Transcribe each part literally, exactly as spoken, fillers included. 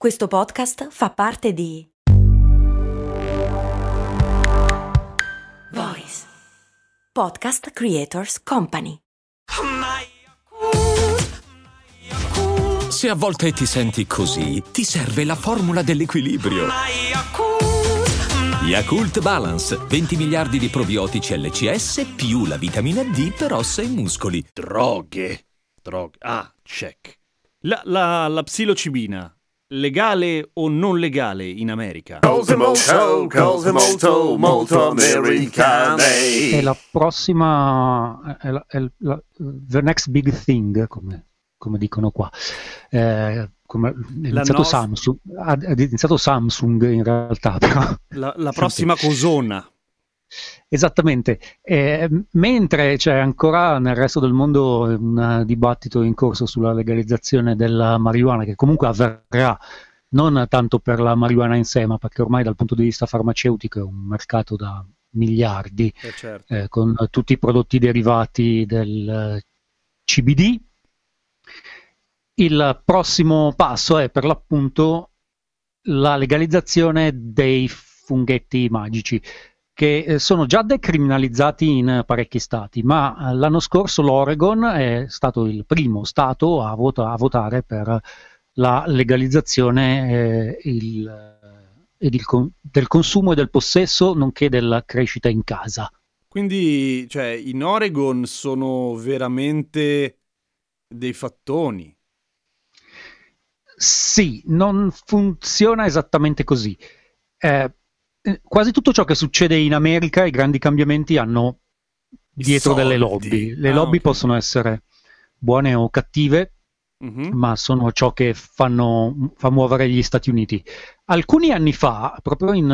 Questo podcast fa parte di Voice Podcast Creators Company. Se a volte ti senti così, ti serve la formula dell'equilibrio. Yakult Balance, venti miliardi di probiotici L C S più la vitamina D per ossa e muscoli. Droghe. Droghe. Ah, check. La, la, la psilocibina, legale o non legale in America? Cose molto, cose molto, molto americane. È la prossima, è la, è la, the next big thing, come, come dicono qua. Eh, come, è, iniziato no... Samsung, ha, ha iniziato Samsung in realtà, però. La, la prossima cosona. Esattamente, eh, mentre c'è ancora nel resto del mondo un dibattito in corso sulla legalizzazione della marijuana, che comunque avverrà non tanto per la marijuana in sé, ma perché ormai dal punto di vista farmaceutico è un mercato da miliardi, eh certo. eh, con tutti i prodotti derivati del C B D. Il prossimo passo è per l'appunto la legalizzazione dei funghetti magici, che sono già decriminalizzati in parecchi stati, ma l'anno scorso l'Oregon è stato il primo stato a, vota- a votare per la legalizzazione eh, il, ed il con- del consumo e del possesso, nonché della crescita in casa. Quindi, cioè, in Oregon sono veramente dei fattoni. Sì, non funziona esattamente così. Eh, quasi tutto ciò che succede in America, i grandi cambiamenti hanno dietro soldi. delle lobby. Le Ah, lobby okay. possono essere buone o cattive, Mm-hmm. ma sono ciò che fanno, fa muovere gli Stati Uniti. Alcuni anni fa, proprio, in,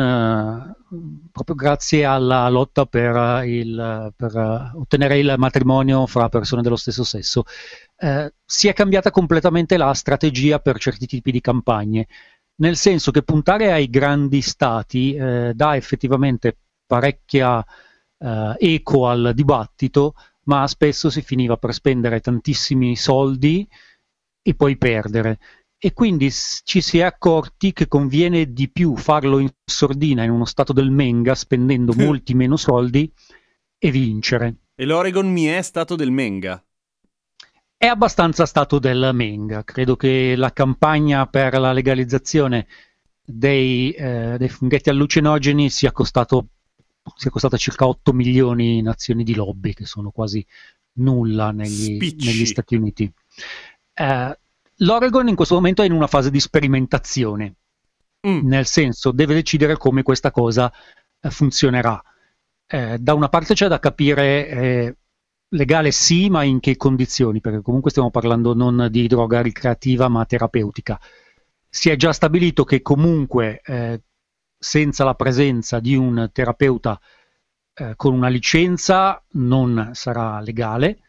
uh, proprio grazie alla lotta per, il, per uh, ottenere il matrimonio fra persone dello stesso sesso, uh, si è cambiata completamente la strategia per certi tipi di campagne, nel senso che puntare ai grandi stati uh, dà effettivamente parecchia uh, eco al dibattito, ma spesso si finiva per spendere tantissimi soldi e poi perdere, e quindi s- ci si è accorti che conviene di più farlo in sordina in uno stato del Menga, spendendo molti meno soldi, e vincere. E l'Oregon mi è stato del Menga. È abbastanza stato del Menga. Credo che la campagna per la legalizzazione dei, eh, dei funghetti allucinogeni sia costato sia costata circa otto milioni in azioni di lobby, che sono quasi nulla negli, negli Stati Uniti. Eh, L'Oregon in questo momento è in una fase di sperimentazione, mm. nel senso deve decidere come questa cosa eh, funzionerà. Eh, da una parte c'è da capire eh, legale sì, ma in che condizioni, perché comunque stiamo parlando non di droga ricreativa ma terapeutica. Si è già stabilito che comunque eh, senza la presenza di un terapeuta eh, con una licenza non sarà legale.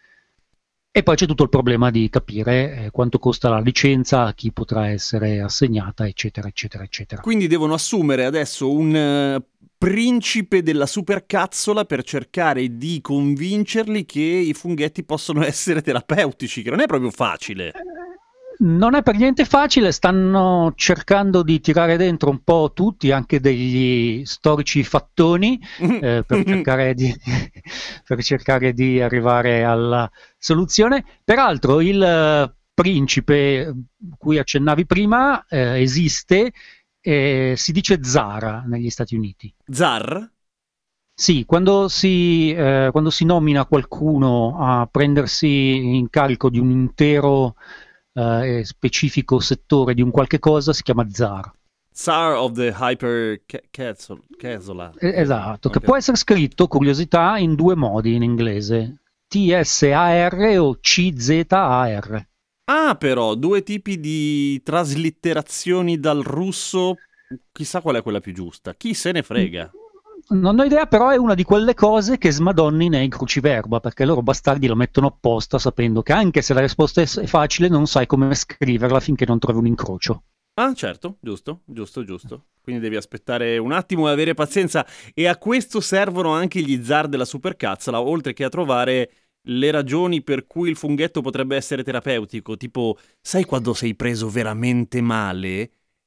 E poi c'è tutto il problema di capire eh, quanto costa la licenza, a chi potrà essere assegnata, eccetera, eccetera, eccetera. Quindi devono assumere adesso un uh, principe della supercazzola per cercare di convincerli che i funghetti possono essere terapeutici, che non è proprio facile. Non è per niente facile, stanno cercando di tirare dentro un po' tutti, anche degli storici fattoni, eh, per, cercare di, per cercare di arrivare alla soluzione. Peraltro il uh, principe cui accennavi prima eh, esiste, eh, si dice zar negli Stati Uniti. Zar? Sì, quando si, eh, quando si nomina qualcuno a prendersi in carico di un intero Uh, specifico settore di un qualche cosa, si chiama zar. Tsar of the Hyper Casola. Esatto, okay. Che può essere scritto, curiosità, in due modi in inglese: T S A R o C Z A R. Ah, però, due tipi di traslitterazioni dal russo, chissà qual è quella più giusta, chi se ne frega. Non ho idea, però è una di quelle cose che smadonni nei cruciverba, perché loro bastardi lo mettono apposta sapendo che anche se la risposta è facile non sai come scriverla finché non trovi un incrocio. Ah, certo, giusto, giusto, giusto. Quindi devi aspettare un attimo e avere pazienza, e a questo servono anche gli zar della supercazzola, oltre che a trovare le ragioni per cui il funghetto potrebbe essere terapeutico, tipo, sai quando sei preso veramente male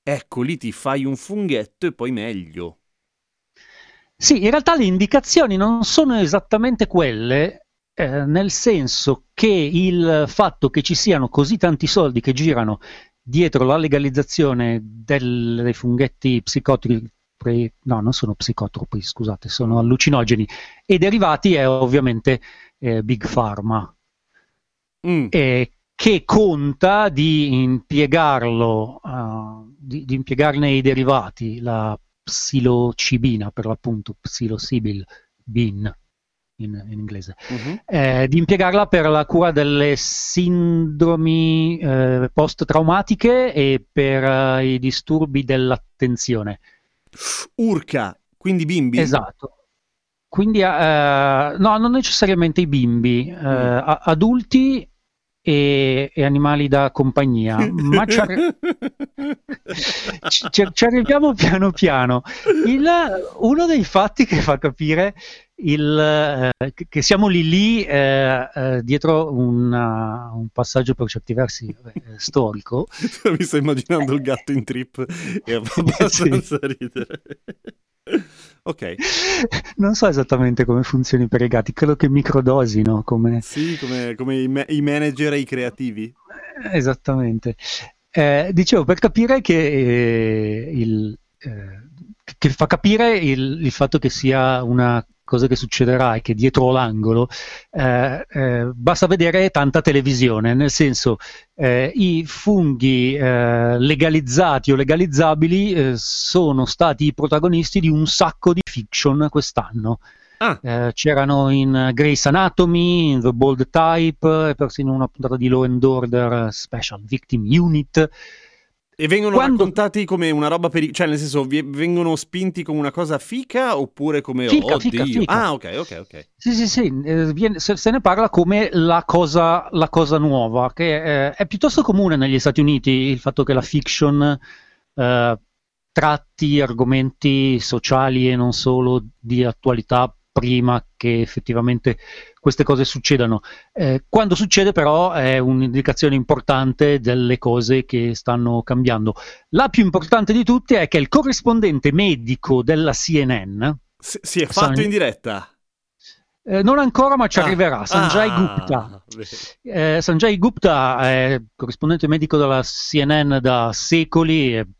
ecco lì ti fai un funghetto e poi meglio. Sì, in realtà le indicazioni non sono esattamente quelle, eh, nel senso che il fatto che ci siano così tanti soldi che girano dietro la legalizzazione del- dei funghetti psicotropi, no, non sono psicotropi, scusate, sono allucinogeni, e derivati è ovviamente eh, Big Pharma, Mm. eh, che conta di impiegarlo, uh, di, di impiegarne i derivati, la psilocibina per l'appunto, psilocibil bin in, in inglese, Mhm. eh, di impiegarla per la cura delle sindromi eh, post-traumatiche e per eh, i disturbi dell'attenzione. Urca, quindi bimbi? Esatto. Quindi, eh, no, non necessariamente i bimbi, eh, a- adulti e, e animali da compagnia, ma ci, arri- ci- ci- ci arriviamo piano piano. Il- uno dei fatti che fa capire il, eh, che, che siamo lì lì eh, eh, dietro una- un passaggio per certi versi eh, storico. Mi sto immaginando il gatto in trip e fa abbastanza ridere. Ok. Non so esattamente come funzioni per i gatti, credo che microdosino come... Sì, come, come i, ma- i manager e i creativi. Esattamente. Eh, dicevo, per capire che, eh, il, eh, che fa capire il, il fatto che sia una cosa che succederà e che dietro l'angolo, eh, eh, basta vedere tanta televisione, nel senso eh, i funghi eh, legalizzati o legalizzabili eh, sono stati i protagonisti di un sacco di fiction quest'anno. Ah, Eh, c'erano in Grey's Anatomy, in The Bold Type, e persino una puntata di Law and Order Special Victim Unit. e vengono Quando- raccontati come una roba per... cioè nel senso vi- vengono spinti come una cosa fica oppure come Fica, oddio. fica, fica. Ah, ok, ok, ok. Sì, sì, sì, eh, viene- se, se ne parla come la cosa, la cosa nuova, che eh, è piuttosto comune negli Stati Uniti il fatto che la fiction eh, tratti argomenti sociali e non solo di attualità prima che effettivamente queste cose succedano. Eh, quando succede però è un'indicazione importante delle cose che stanno cambiando. La più importante di tutte è che il corrispondente medico della C N N, Si, si è fatto San- in diretta. eh, non ancora ma ci Ah, arriverà, Sanjay ah, Gupta. beh. Eh, Sanjay Gupta è corrispondente medico della C N N da secoli, e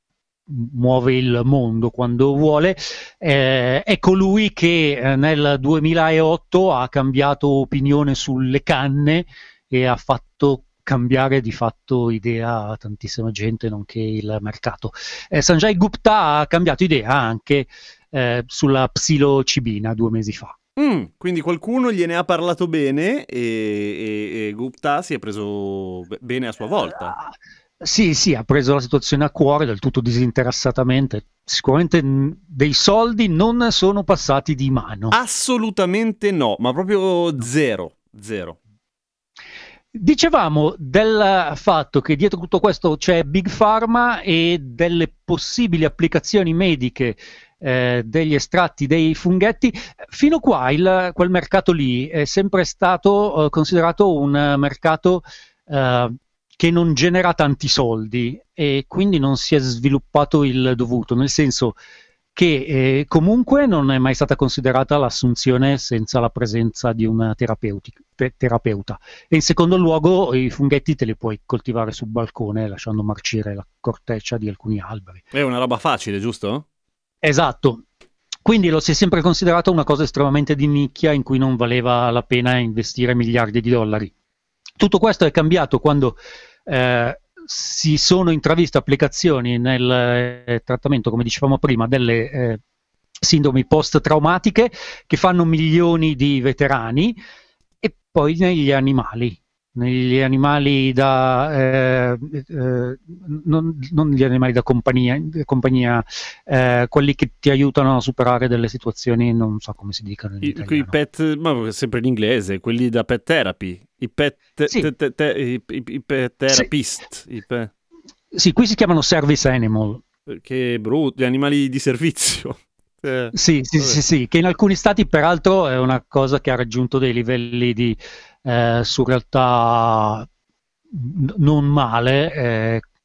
muove il mondo quando vuole, eh, è colui che eh, nel duemilaotto ha cambiato opinione sulle canne e ha fatto cambiare di fatto idea a tantissima gente, nonché il mercato. Eh, Sanjay Gupta ha cambiato idea anche eh, sulla psilocibina due mesi fa. Mm, quindi qualcuno gliene ha parlato bene e, e- e Gupta si è preso be- bene a sua volta. Ah, sì, sì, ha preso la situazione a cuore del tutto disinteressatamente. Sicuramente mh, dei soldi non sono passati di mano. Assolutamente no, ma proprio zero, zero. Dicevamo del fatto che dietro tutto questo c'è Big Pharma e delle possibili applicazioni mediche eh, degli estratti dei funghetti. Fino qua il- quel mercato lì è sempre stato eh, considerato un eh, mercato eh, che non genera tanti soldi e quindi non si è sviluppato il dovuto, nel senso che eh, comunque non è mai stata considerata l'assunzione senza la presenza di un terapeuti- pe- terapeuta. E in secondo luogo i funghetti te li puoi coltivare sul balcone lasciando marcire la corteccia di alcuni alberi. È una roba facile, giusto? Esatto. Quindi lo si è sempre considerato una cosa estremamente di nicchia in cui non valeva la pena investire miliardi di dollari. Tutto questo è cambiato quando eh, si sono intraviste applicazioni nel eh, trattamento, come dicevamo prima, delle eh, sindromi post-traumatiche che fanno milioni di veterani, e poi negli animali. Negli animali da eh, eh, non, non gli animali da compagnia, compagnia eh, quelli che ti aiutano a superare delle situazioni, non so come si dicano in I, italiano. quei pet, ma sempre in inglese, quelli da pet therapy, i pet, te- Sì. te- te- te- i, i- i pet therapist, i pe- Sì, qui si chiamano service animal. che brutto, gli animali di servizio. Eh, Sì, sì, vabbè. sì, sì, che in alcuni stati peraltro è una cosa che ha raggiunto dei livelli di eh, surrealtà n- non male, eh,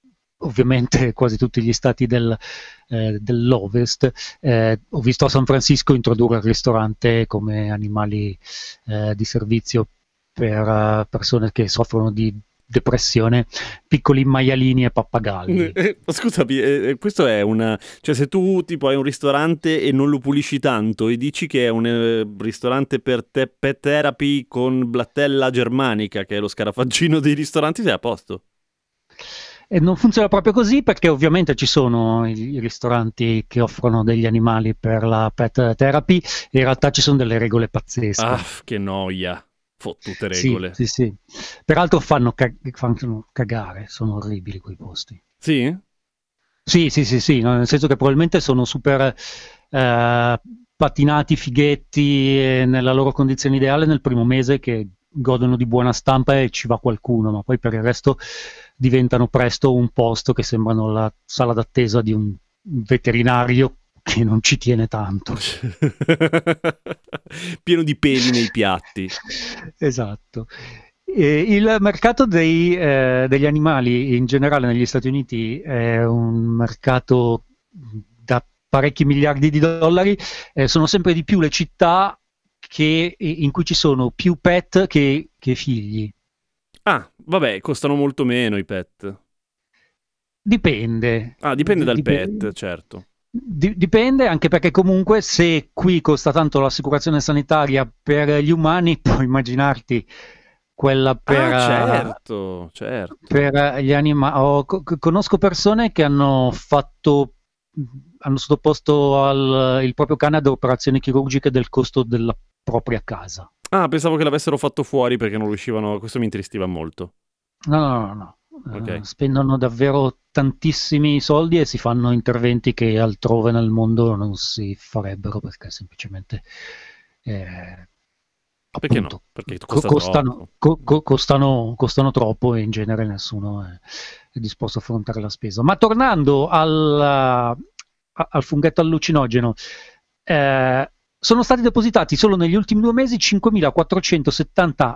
ovviamente quasi tutti gli stati del, eh, dell'Ovest. Eh, ho visto a San Francisco introdurre il ristorante come animali eh, di servizio per uh, persone che soffrono di depressione, piccoli maialini e pappagalli. Eh, scusami, eh, questo è una... Cioè, se tu tipo hai un ristorante e non lo pulisci tanto e dici che è un eh, ristorante per te- pet therapy con blattella germanica, che è lo scarafaggino dei ristoranti, sei a posto. E non funziona proprio così, perché ovviamente ci sono i, i ristoranti che offrono degli animali per la pet therapy e in realtà ci sono delle regole pazzesche. Ah, che noia. Fottute regole. Sì, sì, sì. Peraltro fanno, ca- fanno cagare, sono orribili quei posti. Sì? Sì, sì, sì, sì, no, nel senso che probabilmente sono super eh, patinati, fighetti eh, nella loro condizione ideale nel primo mese, che godono di buona stampa e ci va qualcuno, ma poi per il resto diventano presto un posto che sembrano la sala d'attesa di un veterinario che non ci tiene tanto. Pieno di peli nei piatti. Esatto. E il mercato dei, eh, degli animali in generale negli Stati Uniti è un mercato da parecchi miliardi di dollari. Eh, sono sempre di più le città che, in cui ci sono più pet che, che figli. Ah, vabbè, costano molto meno i pet. Dipende. Ah, dipende dal Dipende. pet, certo. Di- dipende, anche perché comunque se qui costa tanto l'assicurazione sanitaria per gli umani, puoi immaginarti quella per, Ah, certo, certo. per gli animali. Conosco persone che hanno fatto, hanno sottoposto al, il proprio cane ad operazioni chirurgiche del costo della propria casa. Ah, pensavo che l'avessero fatto fuori perché non riuscivano, questo mi intristiva molto. No, no, no, no. Ok. Uh, spendono davvero tantissimi soldi e si fanno interventi che altrove nel mondo non si farebbero, perché semplicemente eh, Perché appunto, no? Perché co- costa costano, troppo. co- co- costano, costano troppo e in genere nessuno è, è disposto a affrontare la spesa. Ma tornando al, a- al funghetto allucinogeno, eh, sono stati depositati solo negli ultimi due mesi cinquemilaquattrocentosettanta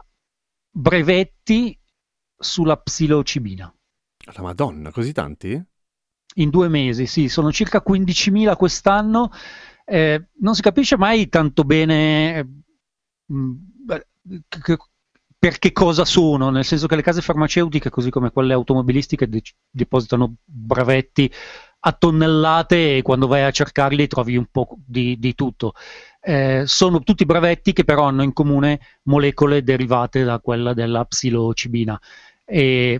brevetti sulla psilocibina. La Madonna, così tanti? In due mesi, sì, sono circa quindicimila quest'anno. Eh, non si capisce mai tanto bene eh, mh, che- che- per che cosa sono, nel senso che le case farmaceutiche, così come quelle automobilistiche, de- depositano brevetti a tonnellate e quando vai a cercarli trovi un po' di, di tutto. Eh, sono tutti brevetti che però hanno in comune molecole derivate da quella della psilocibina. E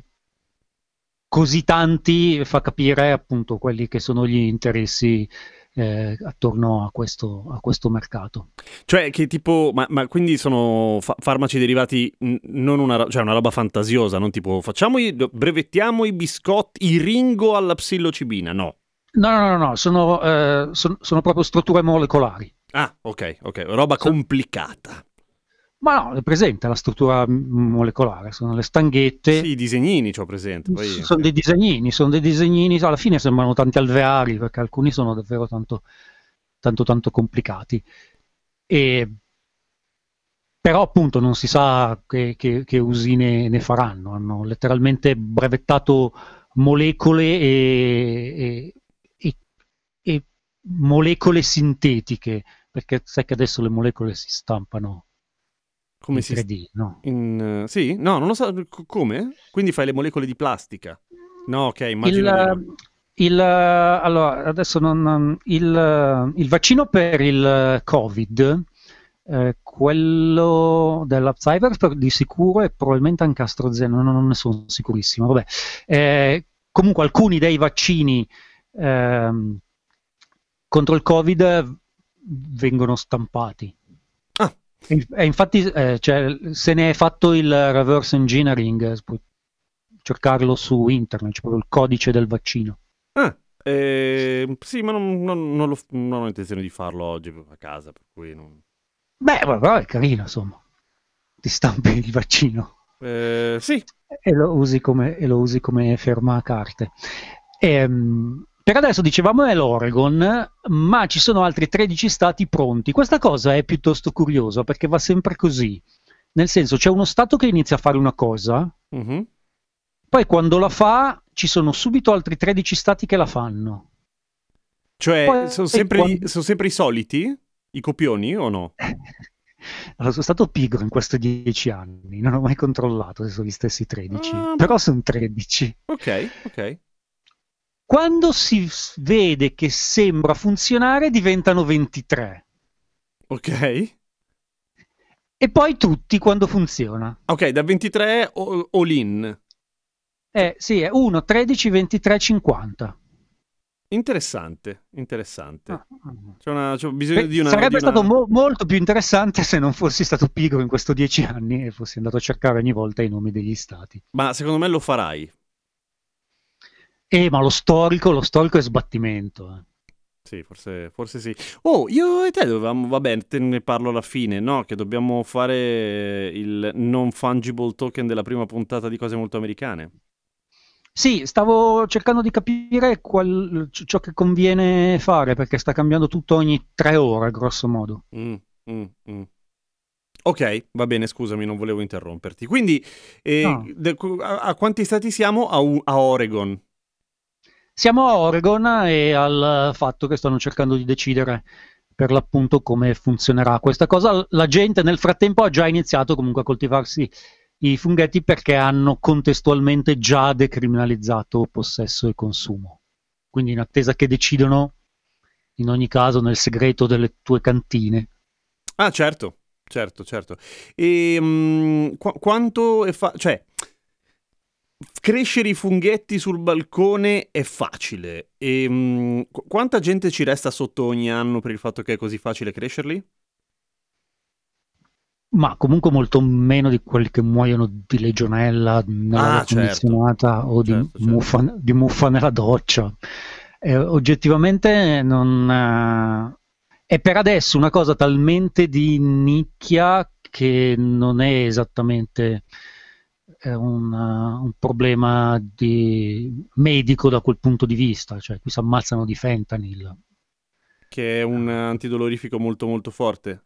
così tanti fa capire appunto quelli che sono gli interessi eh, attorno a questo, a questo mercato. Cioè, che tipo, ma, ma quindi sono fa- farmaci derivati, n- non una, ro- cioè una roba fantasiosa, non tipo facciamo i, brevettiamo i biscotti, i Ringo alla psilocibina, no. No, no, no, no, sono, eh, son- sono proprio strutture molecolari. Ah, ok, ok, roba So- complicata. Ma no, è presente la struttura m- molecolare, sono le stanghette. Sì, i disegnini c'ho presente. Poi, S- sono sì. dei disegnini, sono dei disegnini, alla fine sembrano tanti alveari perché alcuni sono davvero tanto, tanto, tanto complicati. E, però appunto non si sa che, che- che usi ne, ne faranno, hanno letteralmente brevettato molecole e, e- e- e molecole sintetiche, perché sai che adesso le molecole si stampano Come in si... tre D, no? In, eh, sì? No, non lo so. c- Come? Quindi fai le molecole di plastica? No, ok, immagino di no. Il, il, allora, adesso non, non- il, il vaccino per il Covid, eh, quello della Pfizer per- di sicuro e probabilmente anche AstraZeneca, non, non ne sono sicurissimo. Vabbè. Eh, comunque alcuni dei vaccini ehm, contro il Covid vengono stampati. Ah. E, e infatti eh, cioè, se ne è fatto il reverse engineering, eh, puoi cercarlo su internet, c'è proprio il codice del vaccino. Ah, eh, sì, ma non, non- non lo- non ho intenzione di farlo oggi a casa, per cui non... Beh, però è carino, insomma. Ti stampi il vaccino Eh, sì, e lo usi come, e lo usi come fermacarte. Ehm, per adesso dicevamo è l'Oregon, ma ci sono altri tredici stati pronti. Questa cosa è piuttosto curiosa perché va sempre così. Nel senso, c'è uno stato che inizia a fare una cosa, mhm. poi quando la fa ci sono subito altri tredici stati che la fanno. Cioè, Poi- sono sempre, quando- sono sempre i soliti? I copioni o no? Allora, sono stato pigro in questi dieci anni, non ho mai controllato se sono gli stessi tredici, Ah, però sono tredici. Ok, ok. Quando si s- vede che sembra funzionare, diventano ventitré. Ok. E poi tutti quando funziona. Ok, da ventitré o- all in. Eh, sì, è uno, tredici, ventitré, cinquanta. Interessante, interessante. Ah, ah. C'è, una, c'è bisogno Beh, di una... sarebbe di una- stato mo- molto più interessante se non fossi stato pigro in questi dieci anni e fossi andato a cercare ogni volta i nomi degli stati. Ma secondo me lo farai. Eh, ma lo storico, lo storico è sbattimento. eh. Sì, forse, forse sì. Oh, io e te dovevamo... Vabbè, te ne parlo alla fine, no? Che dobbiamo fare il non fungible token della prima puntata di Cose Molto Americane. Sì, stavo cercando di capire qual- ciò che conviene fare perché sta cambiando tutto ogni tre ore, grosso modo. Mm, mm, mm. Ok, va bene, scusami, non volevo interromperti. Quindi, eh, No. de- a, a quanti stati siamo? A, U- a Oregon. Siamo a Oregon e al fatto che stanno cercando di decidere per l'appunto come funzionerà questa cosa. La gente nel frattempo ha già iniziato comunque a coltivarsi i funghetti perché hanno contestualmente già decriminalizzato possesso e consumo. Quindi in attesa che decidano, in ogni caso nel segreto delle tue cantine. Ah, certo, certo, certo. E mm, qu- quanto è fa... Cioè, crescere i funghetti sul balcone è facile. E mm, qu- quanta gente ci resta sotto ogni anno per il fatto che è così facile crescerli? Ma comunque molto meno di quelli che muoiono di legionella nell'aria Ah, certo. condizionata o di, Certo, certo. muffa, di muffa nella doccia. Eh, oggettivamente non eh, è per adesso una cosa talmente di nicchia che non è esattamente eh, un, uh, un problema di medico da quel punto di vista, cioè qui si ammazzano di fentanyl. Che è un antidolorifico molto molto forte.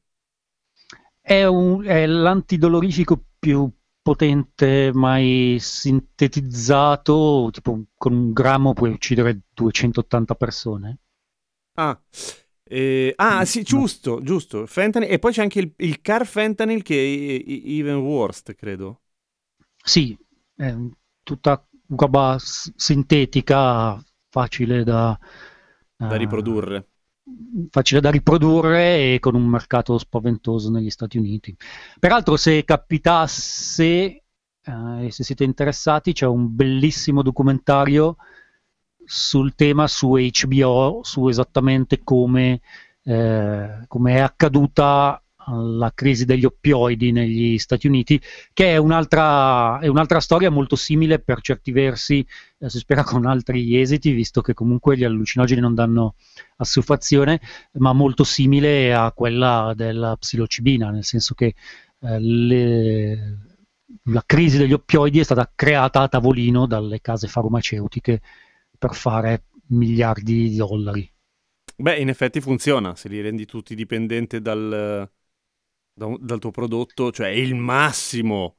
È, un- è l'antidolorifico più potente mai sintetizzato, tipo con un grammo puoi uccidere duecentottanta persone. Ah, eh, ah sì, giusto, giusto. Fentanyl. E poi c'è anche il, il carfentanil che è i- even worst, credo. Sì, è tutta roba s- sintetica, facile da, Da eh, riprodurre. facile da riprodurre e con un mercato spaventoso negli Stati Uniti. Peraltro, se capitasse, eh, e se siete interessati, c'è un bellissimo documentario sul tema su H B O, su esattamente come, eh, come è accaduta la crisi degli oppioidi negli Stati Uniti, che è un'altra, è un'altra storia molto simile per certi versi, eh, si spera con altri esiti, visto che comunque gli allucinogeni non danno assuefazione, ma molto simile a quella della psilocibina, nel senso che eh, le, la crisi degli oppioidi è stata creata a tavolino dalle case farmaceutiche per fare miliardi di dollari. Beh, in effetti funziona, se li rendi tutti dipendenti dal, da un- dal tuo prodotto, cioè è il massimo.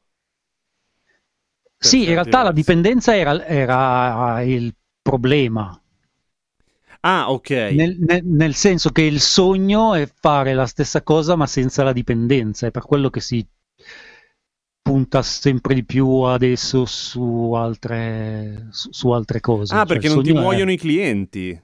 Per Sì, in certi realtà la versi. dipendenza era, era il problema, Ah, ok. nel, nel- nel senso che il sogno è fare la stessa cosa ma senza la dipendenza, è per quello che si punta sempre di più adesso su altre, su, su altre cose. Ah, Cioè, perché il non ti sogno è- muoiono i clienti.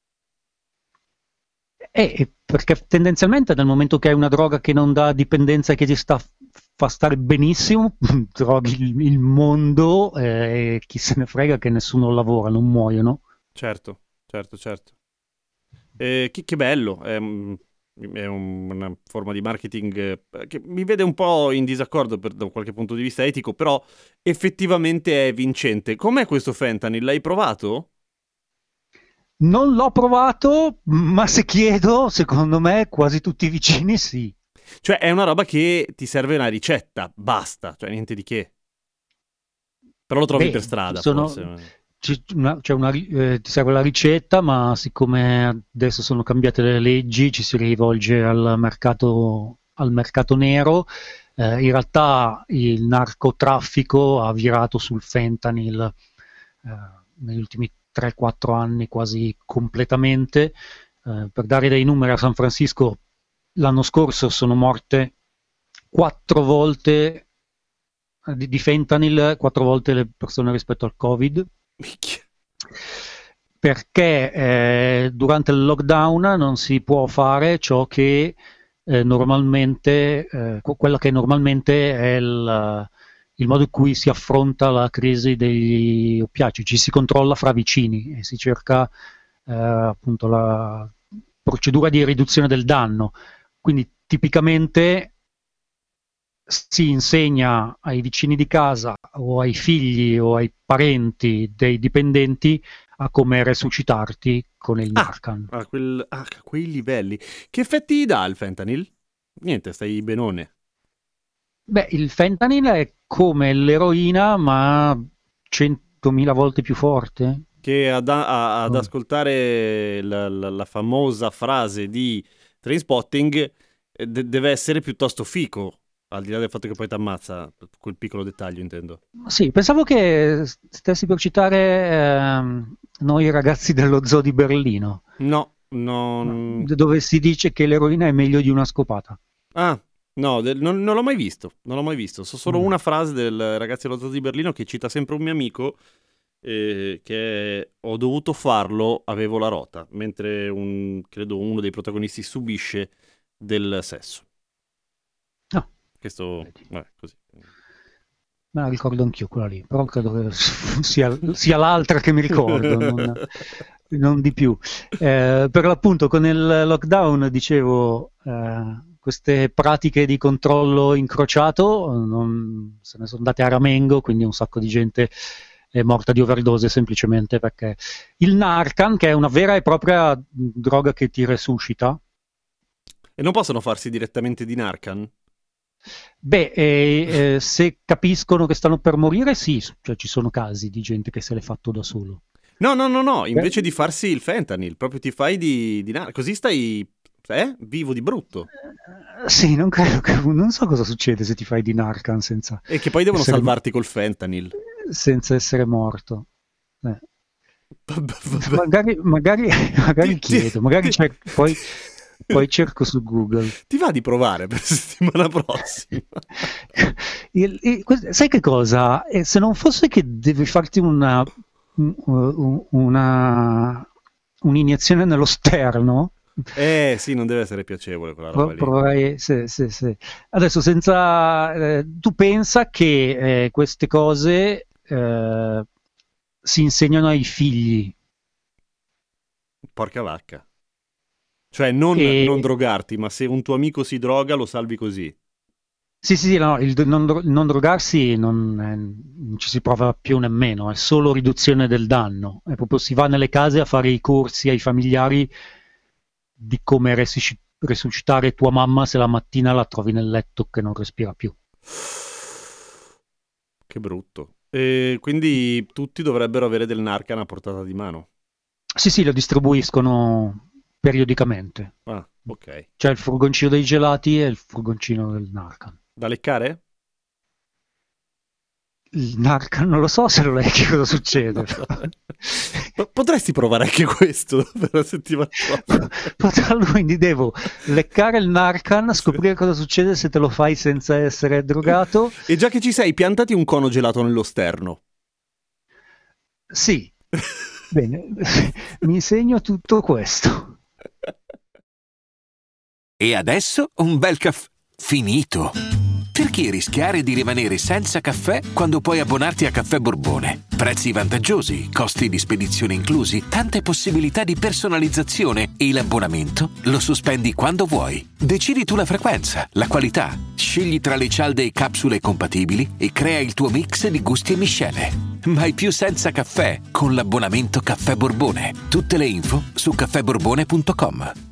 Eh, eh, perché tendenzialmente nel momento che hai una droga che non dà dipendenza e che ti sta, fa stare benissimo, droghi il, il mondo eh, e chi se ne frega che nessuno lavora, non muoiono. Certo, certo, certo. Eh, che, che bello, è, un- è un- una forma di marketing eh, che mi vede un po' in disaccordo per- da qualche punto di vista etico, però effettivamente è vincente. Com'è questo fentanyl? L'hai provato? Non l'ho provato, ma se chiedo, secondo me quasi tutti i vicini sì. Cioè è una roba che ti serve una ricetta, basta, cioè niente di che. Però lo trovi Beh, per strada, sono- forse. C'è una, c'è una ri- eh, ti serve la ricetta, ma siccome adesso sono cambiate le leggi, ci si rivolge al mercato, al mercato nero. Eh, in realtà il narcotraffico ha virato sul fentanyl, eh, negli ultimi tre quattro anni quasi completamente. Eh, per dare dei numeri, a San Francisco l'anno scorso sono morte quattro volte di, di fentanyl, quattro volte le persone rispetto al Covid. Micchia. Perché eh, durante il lockdown non si può fare ciò che eh, normalmente, eh, quella che normalmente è il, il modo in cui si affronta la crisi degli oppiacei. Ci si controlla fra vicini e si cerca eh, appunto la procedura di riduzione del danno. Quindi tipicamente si insegna ai vicini di casa o ai figli o ai parenti dei dipendenti a come resuscitarti con il Narcan. Ah, a, quel, ah, a quei livelli. Che effetti dà il fentanyl? Niente, stai benone. Beh, il fentanyl è come l'eroina, ma centomila volte più forte. Che ad, a, ad Oh. ascoltare la, la, la famosa frase di Trainspotting eh, de- deve essere piuttosto fico, al di là del fatto che poi ti ammazza, quel piccolo dettaglio intendo. Sì, pensavo che stessi per citare ehm, Noi ragazzi dello zoo di Berlino, No, non... dove si dice che l'eroina è meglio di una scopata. Ah, no, del- non, non l'ho mai visto, non l'ho mai visto. So solo Mm. una frase del ragazzi dello zoo di Berlino che cita sempre un mio amico, eh, che è, ho dovuto farlo, avevo la rota, mentre un, credo uno dei protagonisti subisce del sesso. Ah. Questo, Vedi. vabbè, così. Me la ricordo anch'io quella lì, però credo che sia, sia l'altra che mi ricordo, non, non di più. Eh, per l'appunto con il lockdown, dicevo, eh, queste pratiche di controllo incrociato non, se ne sono andate a ramengo, quindi un sacco di gente è morta di overdose semplicemente perché il Narcan, che è una vera e propria droga che ti resuscita. E non possono farsi direttamente di Narcan? Beh, eh, eh, se capiscono che stanno per morire, sì, cioè ci sono casi di gente che se l'è fatto da solo. No, no, no, no, invece di farsi il fentanyl, proprio ti fai di, di Narcan, così stai, eh, vivo di brutto. Eh, Sì, non credo che, non so cosa succede se ti fai di Narcan senza, E che poi devono essere, salvarti col fentanyl. senza essere morto. Eh. Vabbè, vabbè. Magari, magari, magari Ti- ti- chiedo, magari ti- cer- poi, poi cerco su Google. Ti va di provare per settimana prossima? Il- il- que- sai che cosa? Eh, se non fosse che devi farti una, un- una un'iniezione nello sterno, Eh sì, non deve essere piacevole quella roba pro- lì. proverei, sì, sì, sì. Adesso senza eh, tu pensa che eh, queste cose eh, si insegnano ai figli. Porca vacca. Cioè non, E- non drogarti, ma se un tuo amico si droga lo salvi così. Sì, sì, sì, no, il d- non, dro- non drogarsi non, è- non ci si prova più nemmeno, è solo riduzione del danno. È proprio si va nelle case a fare i corsi ai familiari di come resusci- resuscitare tua mamma se la mattina la trovi nel letto che non respira più. Che brutto. E quindi tutti dovrebbero avere del Narcan a portata di mano. Sì, sì, lo distribuiscono periodicamente. Ah, ok. C'è il furgoncino dei gelati e il furgoncino del Narcan. Da leccare? Il Narcan non lo so se lo leggi cosa succede. Po- Potresti provare anche questo per la settimana prossima. Potrà- Quindi devo leccare il Narcan, scoprire cosa succede se te lo fai senza essere drogato. E già che ci sei, piantati un cono gelato nello sterno. Sì, bene, mi segno tutto questo. E adesso un bel caffè finito. Perché rischiare di rimanere senza caffè quando puoi abbonarti a Caffè Borbone? Prezzi vantaggiosi, costi di spedizione inclusi, tante possibilità di personalizzazione e l'abbonamento lo sospendi quando vuoi. Decidi tu la frequenza, la qualità, scegli tra le cialde e capsule compatibili e crea il tuo mix di gusti e miscele. Mai più senza caffè con l'abbonamento Caffè Borbone. Tutte le info su caffè borbone punto com.